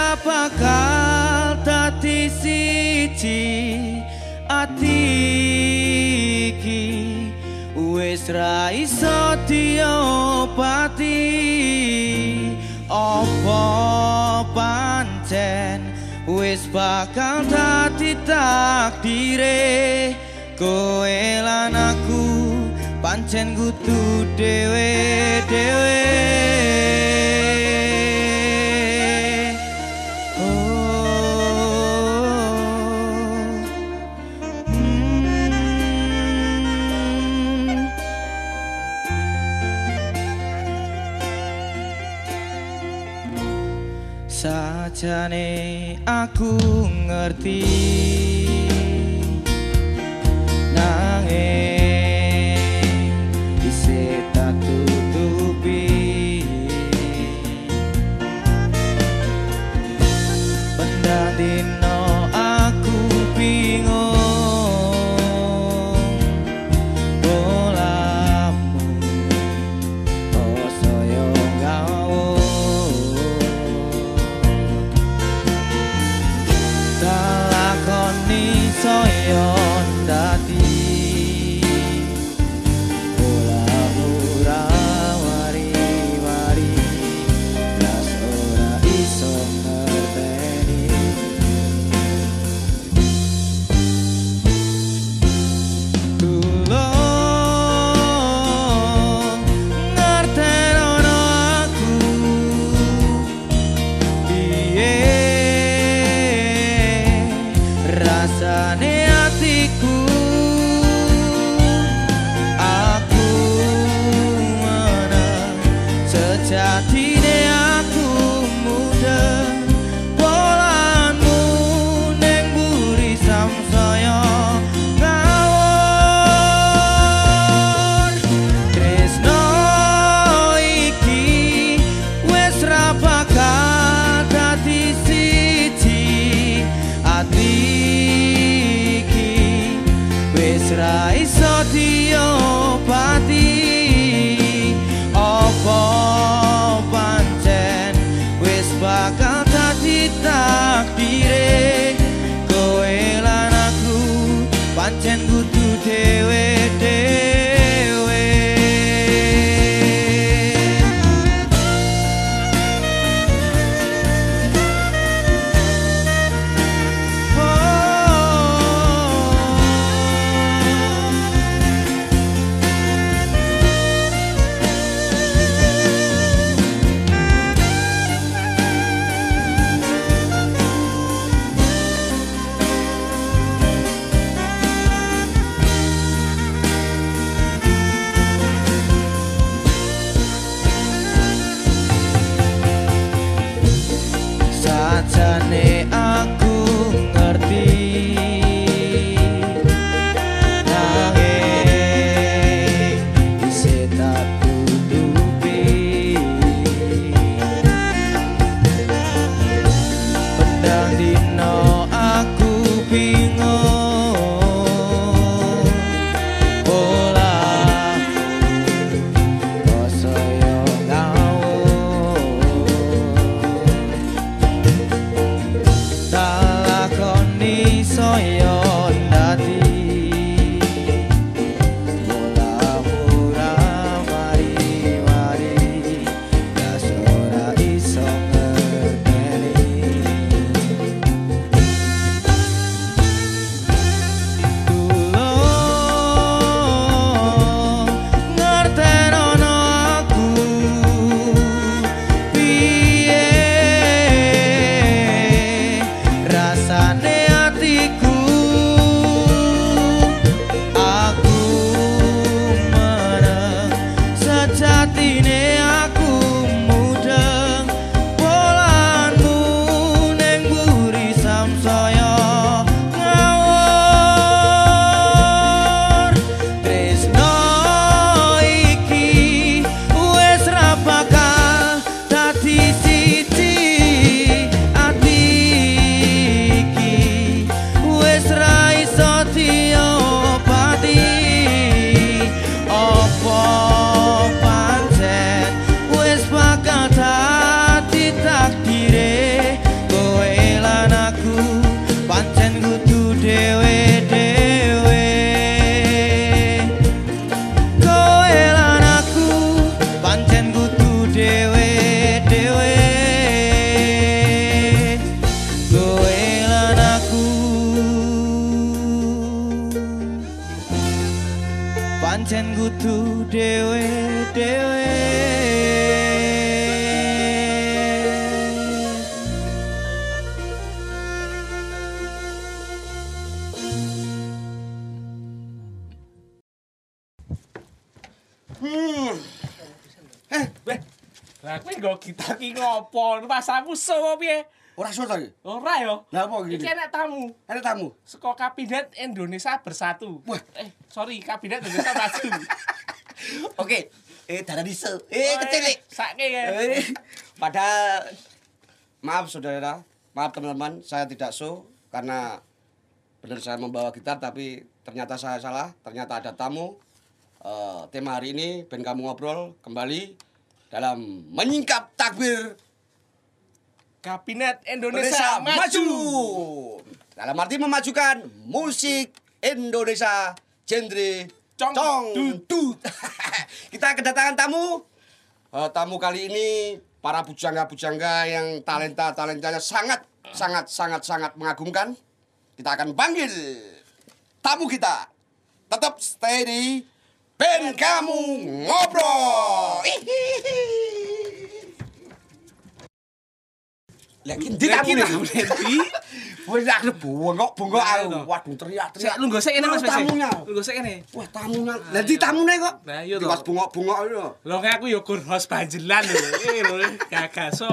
bakal dadi siji ati iki wis ra iso diobati apa pancen wis bakal dadi takdire kowe lan aku pancen kudu dhewe-dhewe. Sajane aku ngerti nanging isih tak tutupi pendandino aku bingung bolamu saya ngawur lakoni saya dadi bola ora wari-wari blas ora iso ngerteni tulung ngertenono aku piye rasane hatiku aku menang sejatine aku muda polanmu neng buri samsaya ngawur tresno iki wis ra bakal dadi siji ati wis ra iso diobati apa pancen wis bakal dadi takdire kowe lan aku pancen kudu dhewe-dhewe. Sajane aku ngerti nanging isih tak tutupi pendandino aku bingung bolamu saya ngawur iki nggo gitar ki ngopo? Masalahmu so piye? Ora suwe to iki. Ora yo. Lah apa iki? Iki enek tamu. Enak tamu. Saka Kabinet Indonesia Bersatu. Wah. Sorry, Kabinet Indonesia Maju. Oke. Dana diso. Kecil. Sakke ya. Padahal maaf saudara, maaf teman-teman, saya tidak show karena benar saya membawa gitar tapi ternyata saya salah, ternyata ada tamu. Tema hari ini band kamu ngobrol kembali dalam menyingkap takbir Kabinet Indonesia Maju. Dalam arti memajukan musik Indonesia genre cong dut. Kita kedatangan tamu. Tamu kali ini para pujangga-pujangga yang talentanya sangat mengagumkan. Kita akan panggil tamu kita. Tetap stay di band kamu ngobrol. Lagi ndi tamu Nanti. Wis aku bongok aku. Waduh teriak-teriak. Lu gosek kene Mas. Tamunya. Lu gosek kene. Wah, tamunya. Lah ndi tamune kok? Nah, iya to. Pas bongok-bongok itu. Lho kayak aku ya gur host banjelan lho. Iki lho gagaso.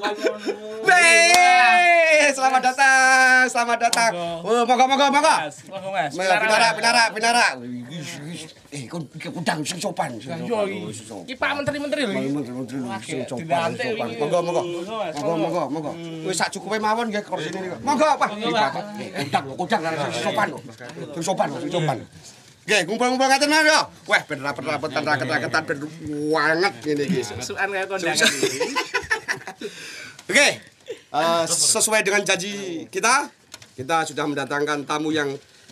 Selamat datang. Oh, monggo. Monggo Mas. Pinara. Kon kudang sing sopan. Yo iki Pak Menteri-menteri lho. Menteri sing sopan. Monggo. Wis sak cukupe mawon nggih kursine niku. Monggo, Pak. Kudang sing sopan. Sing sopan. Nggih, ngumpul-ngumpul ngaten mawon yo. Wah, ben rapet-rapetan raket-raketan ben wanget ngene iki. Sukan kaya kondangan iki. Oke. Sesuai dengan janji kita sudah mendatangkan tamu yang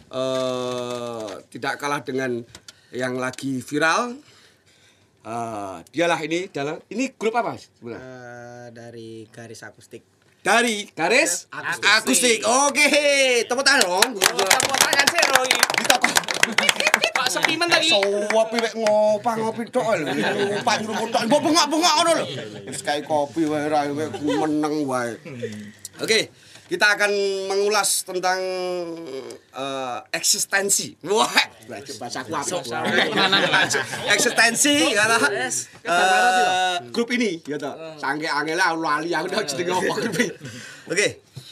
tidak kalah dengan yang lagi viral. Dialah ini grup apa sebenarnya? Dari Garis Akustik. Dari Garis Akustik. Oke, tepuk tangan dong. Tepuk tangan sih lho iki. Pak sepi men lagi. Ngopi wek ngopi tok lho. Lupa nyuruh tok. Mbok bengok-bengok ngono lho. Wis kae kopi wae ra meneng wae. Oke, kita akan mengulas tentang eksistensi. Wah, bahasa aku apa? Eksistensi kata grup ini ya toh. Sangke angele lali aku jenenge apa grup ini. Oke.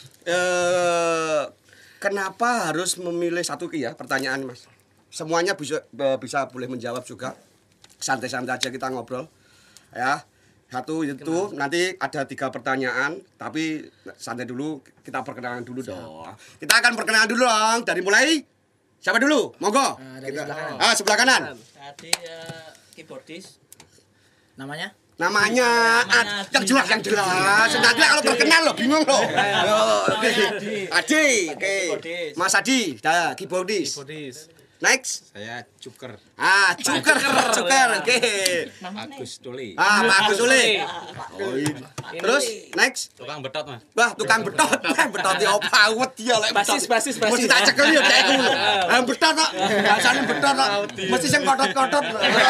Kenapa harus memilih satu ya pertanyaan Mas? Semuanya bisa boleh menjawab juga. Santai-santai aja kita ngobrol. Ya. Satu itu nanti ada 3 pertanyaan, tapi santai dulu, kita perkenalan dulu dong. Kita akan perkenalan dulu dong. Dari mulai siapa dulu? Monggo. Dari sebelah kanan. Sebelah kanan. Tadi keyboardis. Namanya? Yang jelas. Nanti kalau terkenal lo bingung lo. Adi, oke. Mas Adi, keyboardis. Next. Saya Cuker. Cuker. Oke. Agus Tuli. Pak Agus Tuli. Terus next. Tukang betot, Mas. Wah, tukang betot. Betot di opa wedi ya lek. Basis. Mesti tak cekel yo kayak ngono. Betot kok. Rasane betot kok. Mesti sing kotot-kotot.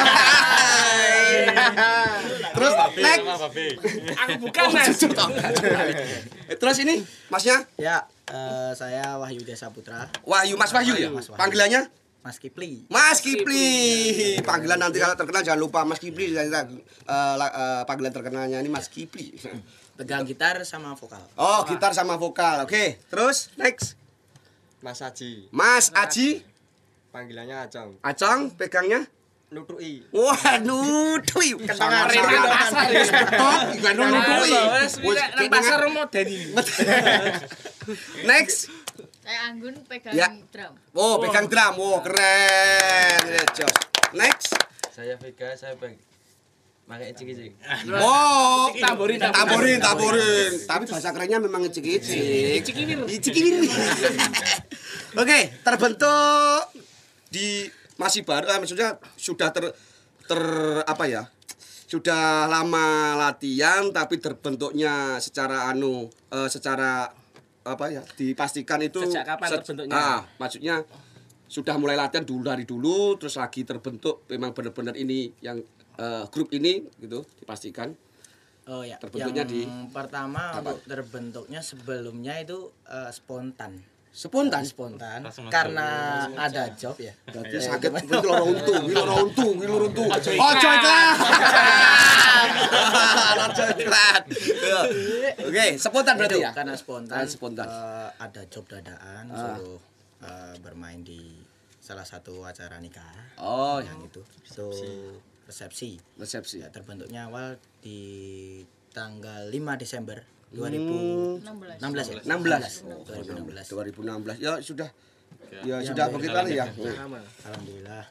Terus next. Aku bukan Mas. Terus ini Masnya? Ya, saya Wahyu Desa Putra. Mas Wahyu ya? Mas Wahyu. Panggilannya? Mas Kipli. Mas Kipli. Panggilan nanti kalau terkenal jangan lupa Mas Kipli. Panggilan terkenalnya ini Mas Kipli. Pegang gitar sama vokal. Oh, gitar sama vokal. Oke. Terus next. Mas Aji. Mas Aji. Panggilannya Acong. Acong pegangnya? Nutui. Wah, nutui. Kenangan rene pasar. Betot, gak nutui. Wis nang pasar modeni. Next. Saya Anggun pegang Ya. drum. Oh, pegang drum. Oh, keren. Jos. Next. Saya Vega, saya pakai icik-icik. Oh, Tamborin. Tapi bahasa kerennya memang icik-icik. Icik-icik. Oke, terbentuk di masih baru, maksudnya sudah apa ya? Sudah lama latihan tapi terbentuknya secara secara apa ya? Dipastikan itu Sejak kapan terbentuknya? Maksudnya sudah mulai latihan dari dulu terus lagi terbentuk memang benar-benar ini yang grup ini gitu dipastikan. Oh ya. Terbentuknya yang pertama untuk terbentuknya sebelumnya itu spontan. Spontan. Spontan Langsung karena ada job ya. Berarti sakit berarti loro untu. Ojo iklan. Ojo iklan. Oke, spontan berarti Itu ya. karena spontan. Spontan. Ada job dadaan suruh bermain di salah satu acara nikah. Oh, Yang itu resepsi. resepsi. Ya, terbentuknya awal di tanggal 5 Desember 2016 ya? 2016. Ya sudah. Ya sudah begitu kali ya. Alhamdulillah.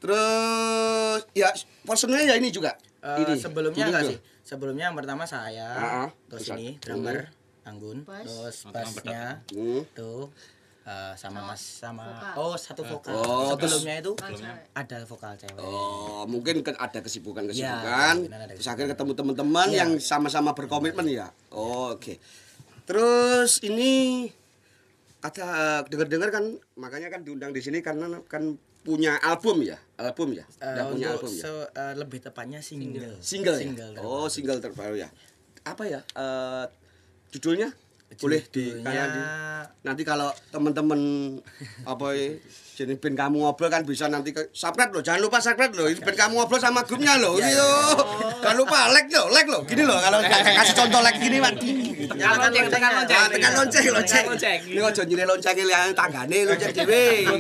Terus ya personilnya ya ini juga. Sebelumnya Ini enggak juga. sih. Sebelumnya yang pertama saya, terus bisa. ini drummer Anggun, terus bassnya tuh sama satu vokal. Oh, Sebelumnya itu ada vokal cewek. Oh, mungkin kan ada kesibukan. Ya, Terus akhirnya ketemu teman-teman yang sama-sama berkomitmen ya. Oh, oke. Terus ini ada dengar-dengar kan makanya kan diundang di sini karena kan punya album ya. Udah punya album ya. Lebih tepatnya single. Single ya? terbaru. Oh, single terbaru ya. Apa ya? Judulnya? Boleh nanti kalau teman-teman apa ya jenis band kamu ngobrol kan bisa nanti subscribe loh, jangan lupa subscribe loh, band kamu ngobrol sama grupnya loh, gitu. Jangan lupa like loh, gini loh kalau kasih contoh like gini Pak. Tekan lonceng. Ini ojo nyile lonceng lihat tanggane lonceng dhewe.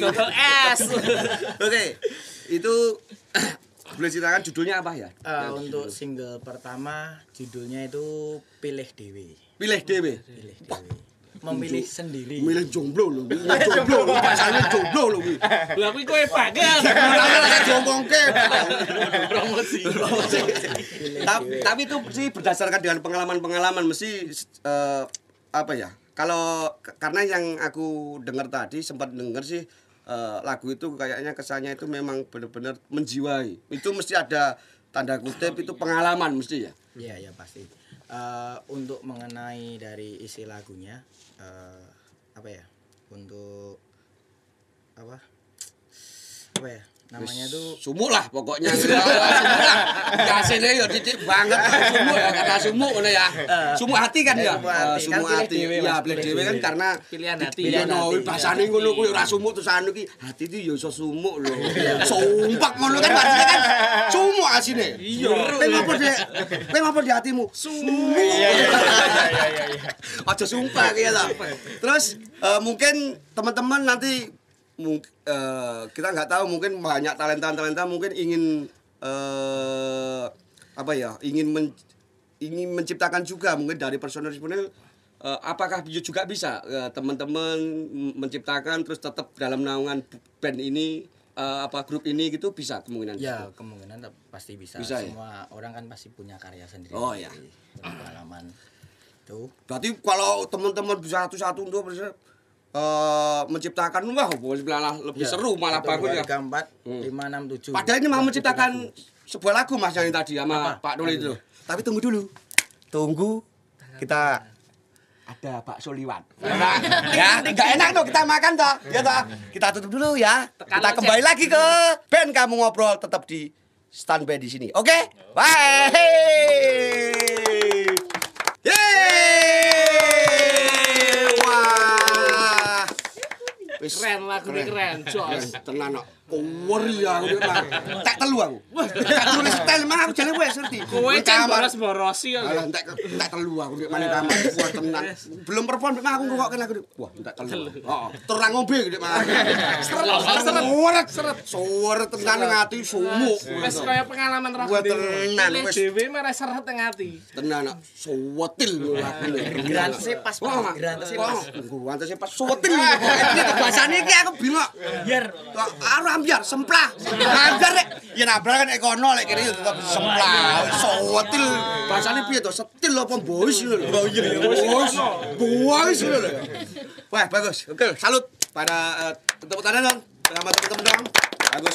Oke. Itu boleh ceritakan judulnya apa ya? Untuk single pertama judulnya itu Pilih Dewe. Pilih dhewe. Memilih sendiri. Milih jomblo lho, pasalnya jomblo lho kuwi. Lah kuwi kowe bagel. Lagi diomongke. Promosi. Tapi itu sih berdasarkan dengan pengalaman-pengalaman mesti apa ya? Karena yang aku dengar tadi sempat dengar sih lagu itu kayaknya kesannya itu memang benar-benar menjiwai. Itu mesti ada tanda kutip itu pengalaman mesti ya. Iya pasti. Untuk mengenai dari isi lagunya apa ya? Untuk apa ya? Namanya tuh sumuk lah pokoknya. Sumuk lah. Kasene ya titik banget sumuk ya kata sumuk ngono ya. Sumuk hati kan ya. Sumuk hati. Ya pilih dhewe kan karena Pilihan hati. Iya no, bahasane ngono kuwi ora sumuk terus anu ki hati iki ya iso sumuk lho. Sumpah ngono kan maksudnya kan sumuk asine. Iya. Kowe ngopo di hatimu? Sumuk. Iya. Aja sumpah ki ya. Terus mungkin teman-teman nanti kita nggak tahu mungkin banyak talenta mungkin ingin apa ya ingin menciptakan juga mungkin dari personel apakah juga bisa teman-teman menciptakan terus tetap dalam naungan band ini grup ini gitu bisa kemungkinan ya kemungkinan pasti bisa ya? Semua orang kan pasti punya karya sendiri. Oh ya pengalaman itu berarti kalau teman-teman bisa satu untuk menciptakan malah lebih seru malah bagus ya. 3, 4, 5, 6, 7. Padahal ini mau menciptakan sebuah lagu Mas yang tadi sama Pak Nul itu. Tapi tunggu dulu. Tunggu kita ada bakso liwat. Ya, enggak enak tuh kita makan toh. Ya toh. Kita tutup dulu ya. Kita kembali lagi ke band kamu ngobrol tetap di standby di sini. Oke? Bye. Wah. Keren lagu ini keren, jos. Tenan kok. Power ya aku nek mah. Tak telu aku. Tak tulis style mah aku jane wis ngerti. Kowe can boros-borosi ya. Alah tak telu aku nek maning kamar kuat tenan. Belum perform mek aku ngrungokke lagu. Wah, tak telu. Heeh. Terang ngombe nek mah. Seret. Suwer tenan ning ati sumuk. Wis kaya pengalaman ra Wah, tenan wis. dhewe mah seret ing ati. Tenan suwetil lagu. Grantese pas. Grantese pas. Grantese pas suwetil. Iki bahasane iki aku bingung. Biar ambiar semplah. Ambiar rek yen ambiar kan ekono lek kene tetep semplah. Sowetil. Bahasane piye to? Setil apa bois lho. Oh iya ya bois. Bois lho. Wah, bagus. Oke, salut pada tepuk tangan dong sama teman-teman dong. Bagus.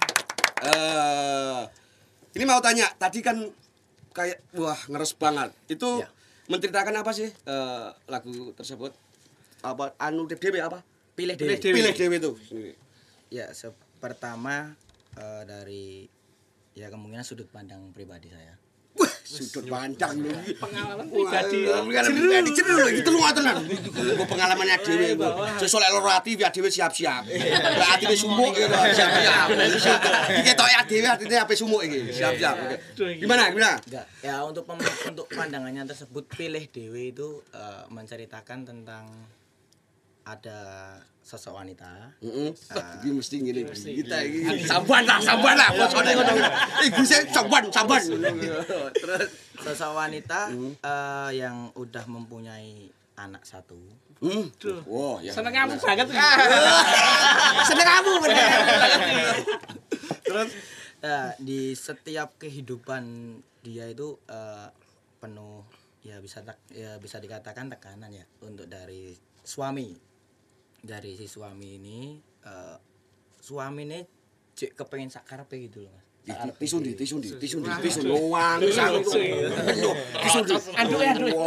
Ini mau tanya, tadi kan kayak wah ngeres banget. Itu menceritakan apa sih lagu tersebut? Apa anu DW apa? Pilih Dewe. Pilih DW itu. Ya, pertama dari ya kemungkinan sudut pandang pribadi saya. Wah, sudut pandang lho iki. Pengalaman pribadi. Pengalaman pribadi jeru lho iki telu tenan. Pengalamannya dhewe. Sesuk lek loro ati ya dhewe siap-siap. Lek atine sumuk ya siap-siap. Ketoke dhewe atine ape sumuk iki. Siap-siap. Gimana? Enggak. Ya untuk pandangannya tersebut pilih dewe itu menceritakan tentang ada sosok wanita. Heeh. Iki mesti ngene kita iki. Samban lah bosone ngono. Iku sing samban. Terus Sosok wanita yang udah mempunyai anak satu. Wah, ya. Seneng kamu banget. Seneng kamu bener. Terus di setiap kehidupan dia itu penuh ya bisa dikatakan tekanan ya untuk dari suami. Dari si suami ini suamine cek kepengen sak karepe gitu loh Mas. Tisun luang tisun. Aduh.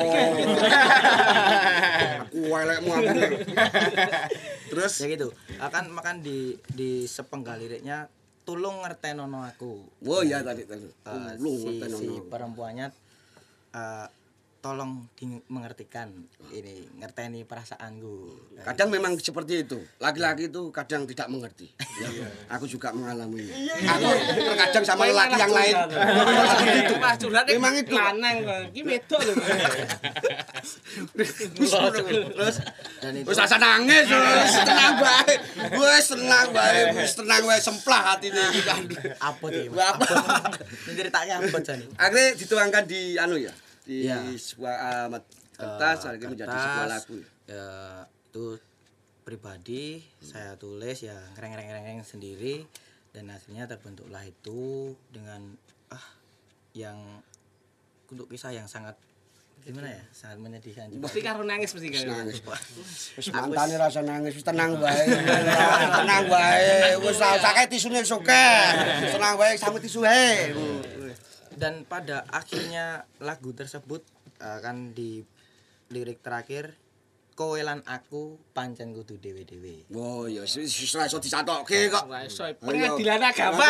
Aku elekmu aku. Terus Ya gitu. Makan di sepenggal liriknya tulung ngertenono aku. Oh iya tadi. Tulung Si ngertenono. perempuannya tolong mengertikan ini, ngerteni perasaanku. Kadang memang seperti itu. Laki-laki itu kadang tidak mengerti. Ya, aku juga mengalami. Aku terkadang sama laki yang lain. Memang seperti itu. Mas curhat Memang itu. lanang iki wedok lho. Terus Dan itu wis asa nangis, tenang bae. Wis tenang bae semplah atine iki kan. apa sih? Apa? Ceritanya apa Jani? Akhirnya dituangkan di anu ya, di Iya. sebuah kertas akhirnya menjadi sebuah lagu. Ya, itu pribadi saya tulis ya ngereng sendiri dan akhirnya terbentuklah itu dengan yang untuk kisah yang sangat gimana ya, sangat menyedihkan juga. Mesti karo nangis mesti Wis karo. nangis. Wis mantane rasa nangis, wis tenang bae. Tenang bae. Wis ora usah kae tisune wis oke. Tenang bae sampe tisu ae. Dan pada akhirnya lagu tersebut kan di lirik terakhir kowe lan aku pancen kudu dhewe-dhewe. Oh ya wis ora iso disatokke kok. Ora iso pengadilan agama.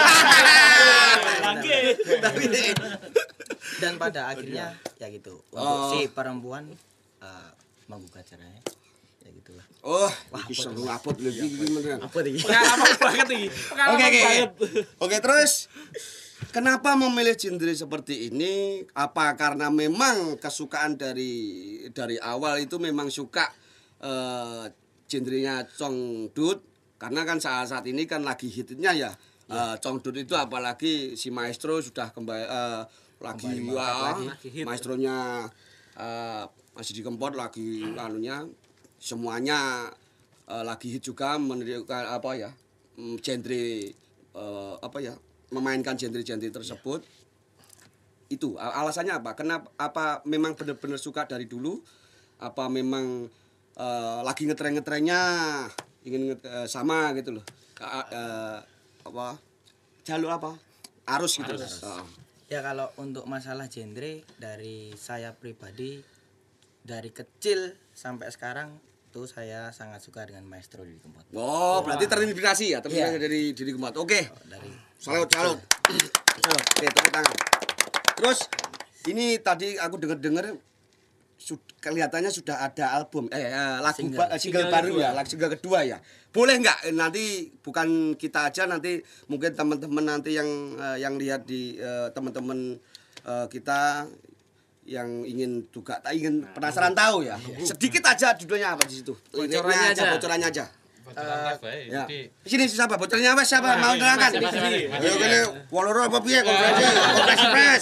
Dan pada akhirnya ya gitu untuk si perempuan menggugat cerai ya gitulah. Oh, iki seru abot lho iki beneran. Apa iki? Pengalaman banget iki. Pengalaman banget. Oke, terus kenapa memilih genre seperti ini? Apa karena memang kesukaan dari awal itu memang suka genrenya congdut? Karena kan saat ini kan lagi hitnya ya. Congdut itu apalagi si maestro sudah kembali lagi hit. maestronya masih dikempot lagi anunya semuanya lagi hit juga menunjukkan apa ya genre apa ya memainkan genre-genre tersebut. Itu alasannya apa? Kenapa apa memang benar-benar suka dari dulu? Apa memang lagi ngetren-ngetrennya ingin sama gitu loh. Apa? Jalur apa? Arus gitu. Ya kalau untuk masalah genre dari saya pribadi dari kecil sampai sekarang tuh saya sangat suka dengan maestro Didi Kempot. Oh, berarti terinspirasi ya, terinspirasi dari Didi Kempot. Oke. Dari Salut. Oke, tepuk tangan. Terus ini tadi aku dengar kelihatannya sudah ada album single baru ya, single kedua ya. Boleh nggak nanti bukan kita aja nanti mungkin teman-teman nanti yang lihat di teman-teman kita yang ingin juga ingin penasaran tahu ya. Sedikit aja judulnya apa di situ. Bocorannya aja. Ya. Di sini siapa? Bocornya apa? Siapa mau nerangkan? Ayo kene woloro apa piye konferensi pers.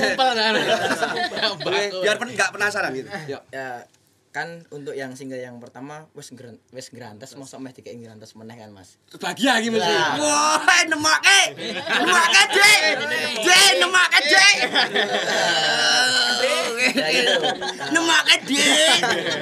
Biar enggak penasaran gitu. ya kan untuk yang single yang pertama wis ngrantes mosok meh dikek ngrantes meneh kan Mas. Bahagia iki mesti. Wah, nemake. Dik. Nemake dik. Nemake dik.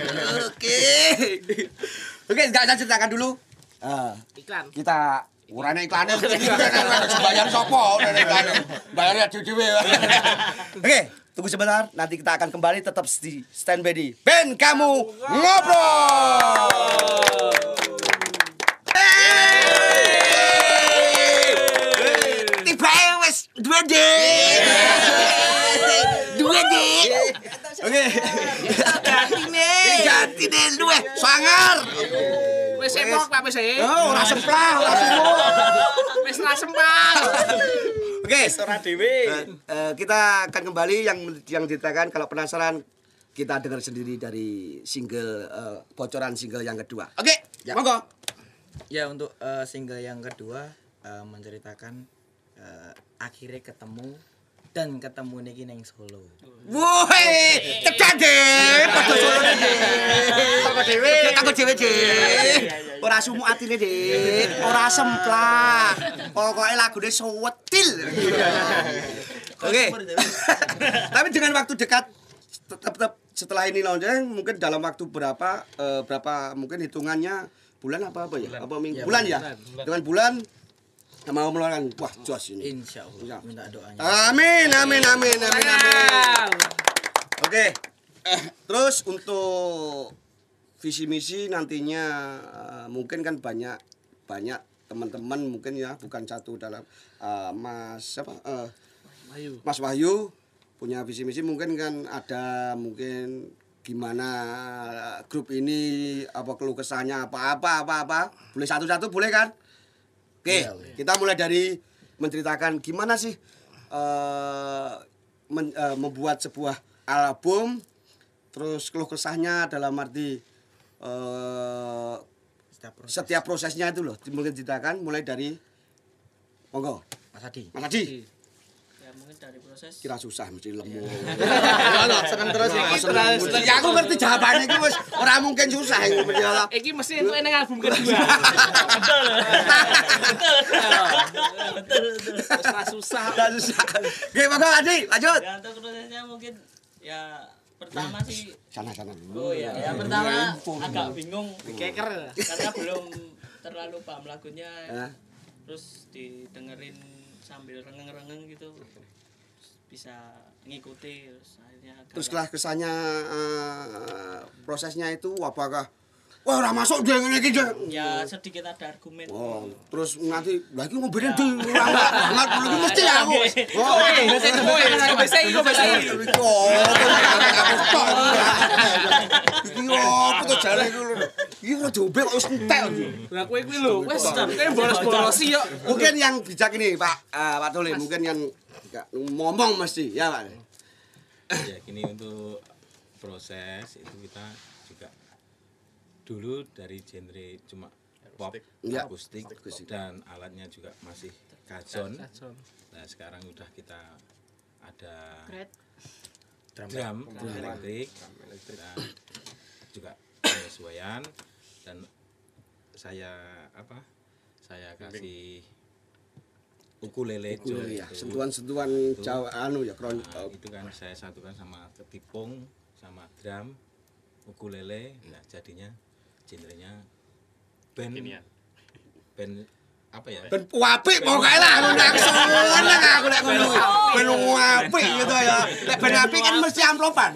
Oke, enggak saya ceritakan dulu. Iklan. Kita urane iklane bayar sapa iklan. Bayarnya dhewe. Oke, tunggu sebentar, nanti kita akan kembali tetap di standby di Ben Kamu Ngobrol. Tiba wis duwe Oke. Ganti nih luwe sangar. Wis sepok Pak wis. Oh, ora semplah, ora sumo. Wis ra sempal. Oke, ora dhewe. Kita akan kembali yang diterangkan kalau penasaran kita dengar sendiri dari single bocoran single yang kedua. Oke, Ya. monggo. Ya untuk single yang kedua menceritakan akhirnya ketemu dan ketemu niki neng Solo. Woi, tekan deh. Padha Solo deh. Takut dhewe deh. Ora sumu atine deh. Ora semplah. Pokoke lagune sewetil. Oke. Tapi dengan waktu dekat tetap setelah ini launching mungkin dalam waktu berapa mungkin hitungannya bulan apa ya? Apa minggu? Ya, Bulan ya. Dengan bulan mau mengeluarkan wah jos ini. Insya Allah minta doanya. Amin. Oke. Terus untuk visi misi nantinya mungkin kan banyak teman-teman mungkin ya bukan satu dalam Mas Wahyu punya visi misi mungkin kan ada mungkin gimana grup ini apa keluh kesahnya apa boleh satu-satu boleh kan? Oke, Ya. kita mulai dari menceritakan gimana sih membuat sebuah album, terus keluh kesahnya dalam arti setiap prosesnya itu loh, mungkin ceritakan mulai dari monggo, Mas Adi. Mas Adi. Ya mungkin dari proses Kira susah mesti lemu. Seneng terus iki. Ya aku ngerti jawabannya iki wis ora mungkin susah iki mesti ala. Iki mesti entuk ning album kedua. Susah. Oke, monggo Adi, lanjut. ya untuk prosesnya mungkin ya pertama sih Sana. oh ya yang pertama agak bingung Keker. karena belum terlalu paham lagunya Ya. terus didengerin sambil rengeng-rengeng gitu bisa ngikuti terus akhirnya agak Terus kelah kesannya prosesnya itu apakah wah ora masuk dia ngene iki. ya sedikit ada argumen Oh, terus nanti lagi ngobrolin dulu banget dulu mesti aku. Oh, iki apa to jare iku lho. Iki ora diombe kok wis entek. Lah kowe kuwi lho, wis kowe bolos-bolosi yo. Mungkin yang bijak ini Pak Tole, mungkin yang ngomong mesti ya Pak. Ya gini untuk proses itu kita juga dulu dari genre cuma pop Ya. akustik dan alatnya juga masih kajon. Nah sekarang udah kita ada drum elektrik dan juga penyesuaian dan saya kasih ukulele Ya, itu. sentuhan-sentuhan Jawa anu ya kron. Nah, itu kan saya satukan sama ketipung sama drum ukulele nah jadinya genrenya band apa ya Ben apik pokoke lah ngono aku seneng aku nek ngono. Ben apik gitu ya. Nek ben apik kan mesti amplopan.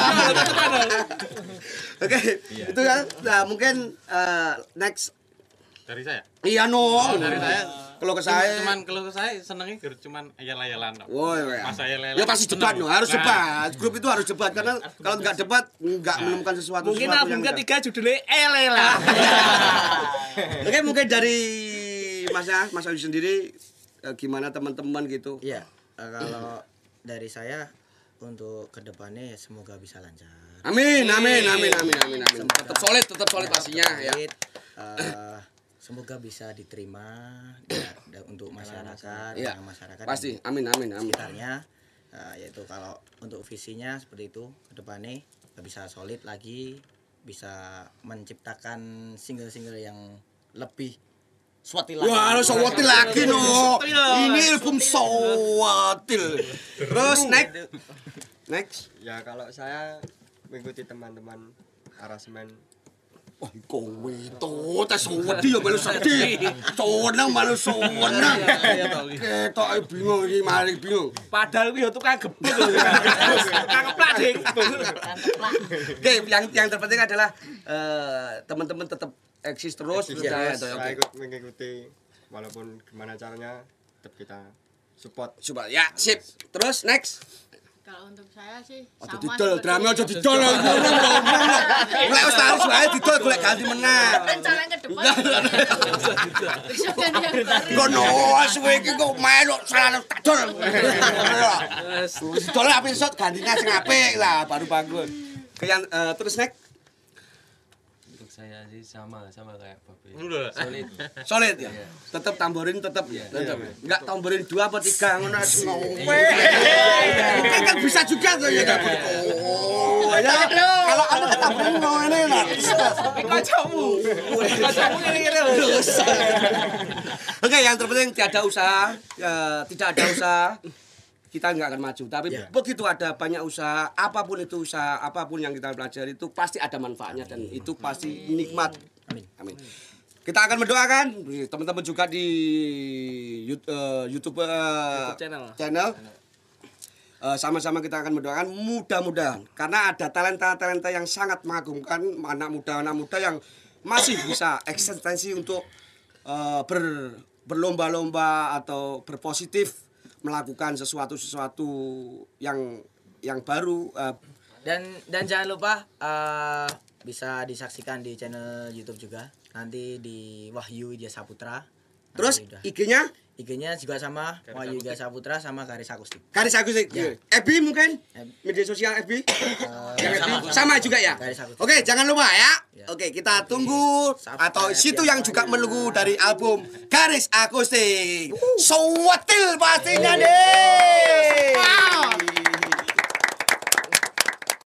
Oke, itu ya. Nah, mungkin next dari saya iya no. dari saya Kalau ke saya cuman kalau saya senengnya cuman ayal-ayalan woi, Mas ayal-ayalan ya pasti debat no, harus Nah. debat. Grup itu harus debat karena kalau nggak debat nggak menemukan sesuatu. Mungkin sesuatu album yang ketiga judulnya Elela. Oke, mungkin dari Mas Ayu sendiri gimana teman-teman gitu. Iya, kalau dari saya untuk kedepannya ya semoga bisa lancar. Amin. Tetap solid pastinya ya. Solid, semoga bisa diterima untuk masyarakat, Iya, masyarakat pasti. yang Amin. sekitarnya. Yaitu kalau untuk visinya seperti itu kedepannya bisa solid lagi, bisa menciptakan single-single yang lebih suatil lagi. Wah, sowatil lagi no. Ini album sowatil. Terus next. Ya kalau saya mengikuti teman-teman aransemen Wah, kowe to tes wedi ya melu sedih. Seneng malu seneng. Ketok bingung iki mari bingung. Padahal kuwi yo tukang gebuk lho. Tukang keplak ding. Oke, yang terpenting adalah teman-teman tetap eksis terus percaya toh. saya Oke. ikut mengikuti walaupun gimana caranya tetap kita support. Coba ya, sip. Terus next. Kalau untuk saya sih Aja sama didol, seperti drama aja didol. Lek wis tahu wae didol golek ganti meneh. rencana ke depan. Bisa ganti yang baru. Kono suwe iki kok melok salah tak dol. Didol apik esuk gantine sing apik lah baru bagus. Kayak terus nek Untuk saya sih sama kayak Babe. Udah. Solid. solid ya. Tetep tamborin tetep. Enggak tamborin 2 apa 3 ngono ngowe. Mungkin kan bisa juga tuh ya. Oh, ya. Kalau anu tamborin ngene lah. Kacamu gini-gini. Oke, yang terpenting tidak ada usaha, kita nggak akan maju. Tapi begitu ada banyak usaha, apapun yang kita pelajari itu pasti ada manfaatnya dan itu pasti nikmat. Amin. Kita akan mendoakan teman-teman juga di YouTube channel. Sama-sama kita akan mendoakan mudah-mudahan karena ada talenta-talenta yang sangat mengagumkan anak muda yang masih bisa eksistensi untuk berlomba-lomba atau berpositif melakukan sesuatu yang baru Dan jangan lupa bisa disaksikan di channel YouTube juga. Nanti di Wahyu Widya Saputra. terus Nanti udah. IG-nya juga sama Wahyu Widya Saputra sama Garis Akustik. Garis Akustik. FB mungkin media sosial FB. Sama juga ya. Garis Akustik. Oke, jangan lupa ya. Ya. Oke, kita tunggu atau situ yang juga menunggu dari album Garis Akustik. Suwetil pastinya deh.